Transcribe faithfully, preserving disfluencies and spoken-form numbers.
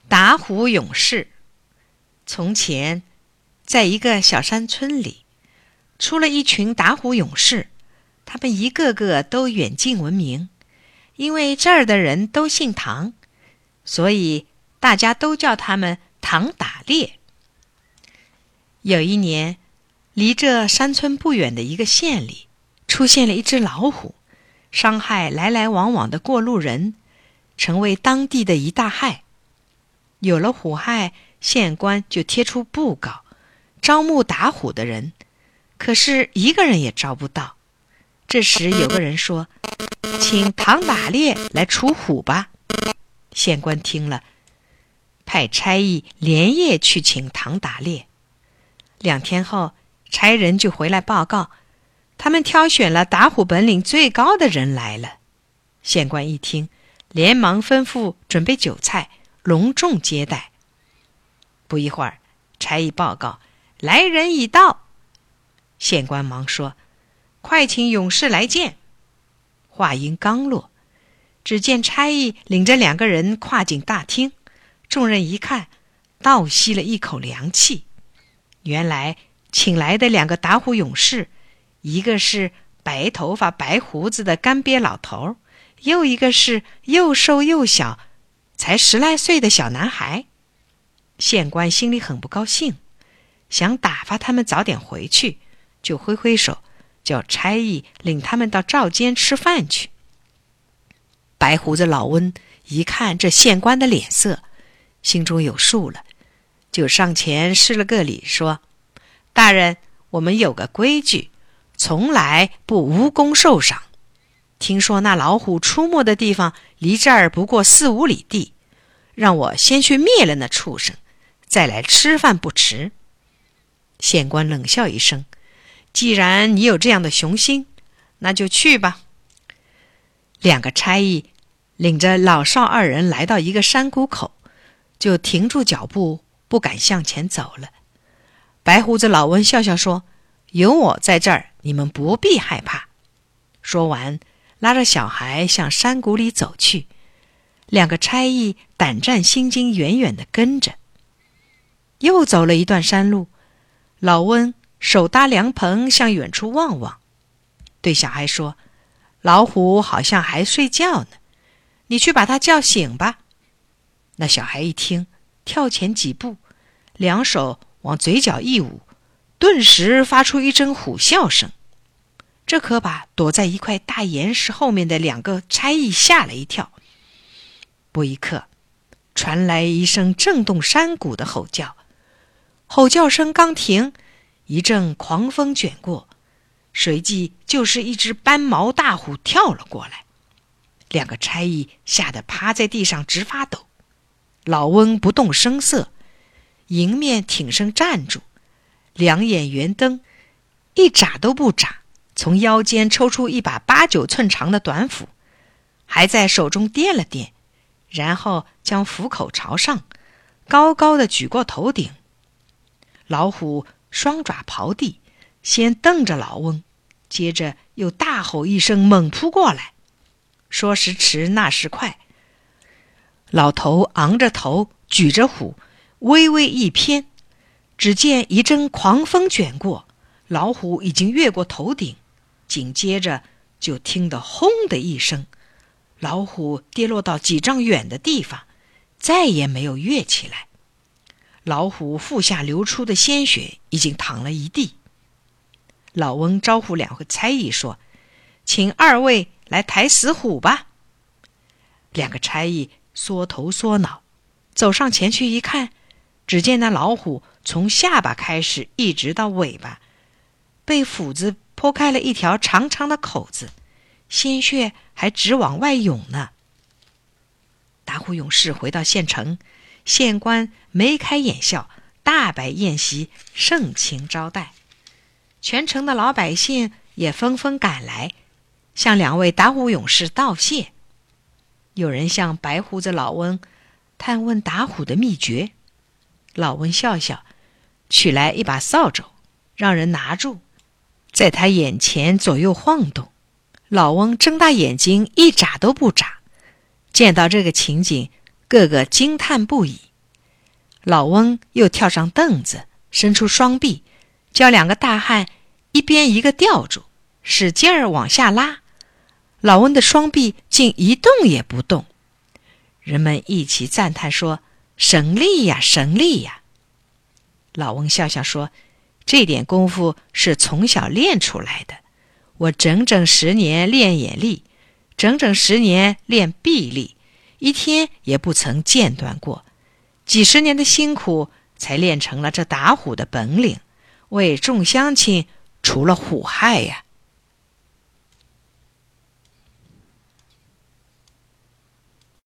打虎勇士。从前，在一个小山村里，出了一群打虎勇士，他们一个个都远近闻名。因为这儿的人都姓唐，所以大家都叫他们唐打猎。有一年，离这山村不远的一个县里，出现了一只老虎，伤害来来往往的过路人，成为当地的一大害。有了虎害，县官就贴出布告，招募打虎的人，可是一个人也招不到。这时有个人说，请唐打猎来除虎吧。县官听了，派差役连夜去请唐打猎。两天后，差人就回来报告，他们挑选了打虎本领最高的人来了。县官一听，连忙吩咐准备酒菜，隆重接待。不一会儿，差役报告，来人已到。县官忙说，快请勇士来见。话音刚落，只见差役领着两个人跨进大厅，众人一看，倒吸了一口凉气。原来请来的两个打虎勇士，一个是白头发白胡子的干瘪老头，又一个是又瘦又小才十来岁的小男孩。县官心里很不高兴，想打发他们早点回去，就挥挥手叫差役领他们到灶间吃饭去。白胡子老温一看这县官的脸色，心中有数了，就上前施了个礼，说，大人，我们有个规矩，从来不无功受赏。听说那老虎出没的地方离这儿不过四五里地，让我先去灭了那畜生，再来吃饭不迟。县官冷笑一声，既然你有这样的雄心，那就去吧。两个差役领着老少二人来到一个山谷口，就停住脚步，不敢向前走了。白胡子老温笑笑说，有我在这儿，你们不必害怕。说完，拉着小孩向山谷里走去。两个差役胆战心惊，远远地跟着。又走了一段山路，老温手搭凉棚向远处望望，对小孩说，老虎好像还睡觉呢，你去把它叫醒吧。那小孩一听，跳前几步，两手往嘴角一捂，顿时发出一阵虎啸声。这可把躲在一块大岩石后面的两个差役吓了一跳。不一刻，传来一声震动山谷的吼叫，吼叫声刚停，一阵狂风卷过，随即就是一只斑毛大虎跳了过来。两个差役吓得趴在地上直发抖。老温不动声色，迎面挺身站住，两眼圆瞪，一眨都不眨，从腰间抽出一把八九寸长的短斧，还在手中掂了掂，然后将斧口朝上，高高的举过头顶。老虎双爪刨地，先瞪着老温，接着又大吼一声，猛扑过来。说时迟，那时快，老头昂着头，举着虎，微微一偏，只见一阵狂风卷过，老虎已经越过头顶，紧接着就听得轰的一声，老虎跌落到几丈远的地方，再也没有跃起来。老虎腹下流出的鲜血已经淌了一地。老翁招呼两位差役说，请二位来抬死虎吧。两个差役缩头缩脑，走上前去一看，只见那老虎从下巴开始一直到尾巴，被斧子剖开了一条长长的口子，鲜血还直往外涌呢。打虎勇士回到县城，县官眉开眼笑，大摆宴席，盛情招待。全城的老百姓也纷纷赶来，向两位打虎勇士道谢。有人向白胡子老温探问打虎的秘诀。老温笑笑，取来一把扫帚，让人拿住，在他眼前左右晃动。老翁睁大眼睛，一眨都不眨。见到这个情景，个个惊叹不已。 老翁又跳上凳子，伸出双臂，叫两个大汉一边一个吊住，使劲儿往下拉。老翁的双臂竟一动也不动。人们一起赞叹说：省力呀，省力呀！老翁笑笑说：这点功夫是从小练出来的，我整整十年练眼力，整整十年练臂力，一天也不曾间断过，几十年的辛苦才练成了这打虎的本领，为众乡亲除了虎害呀。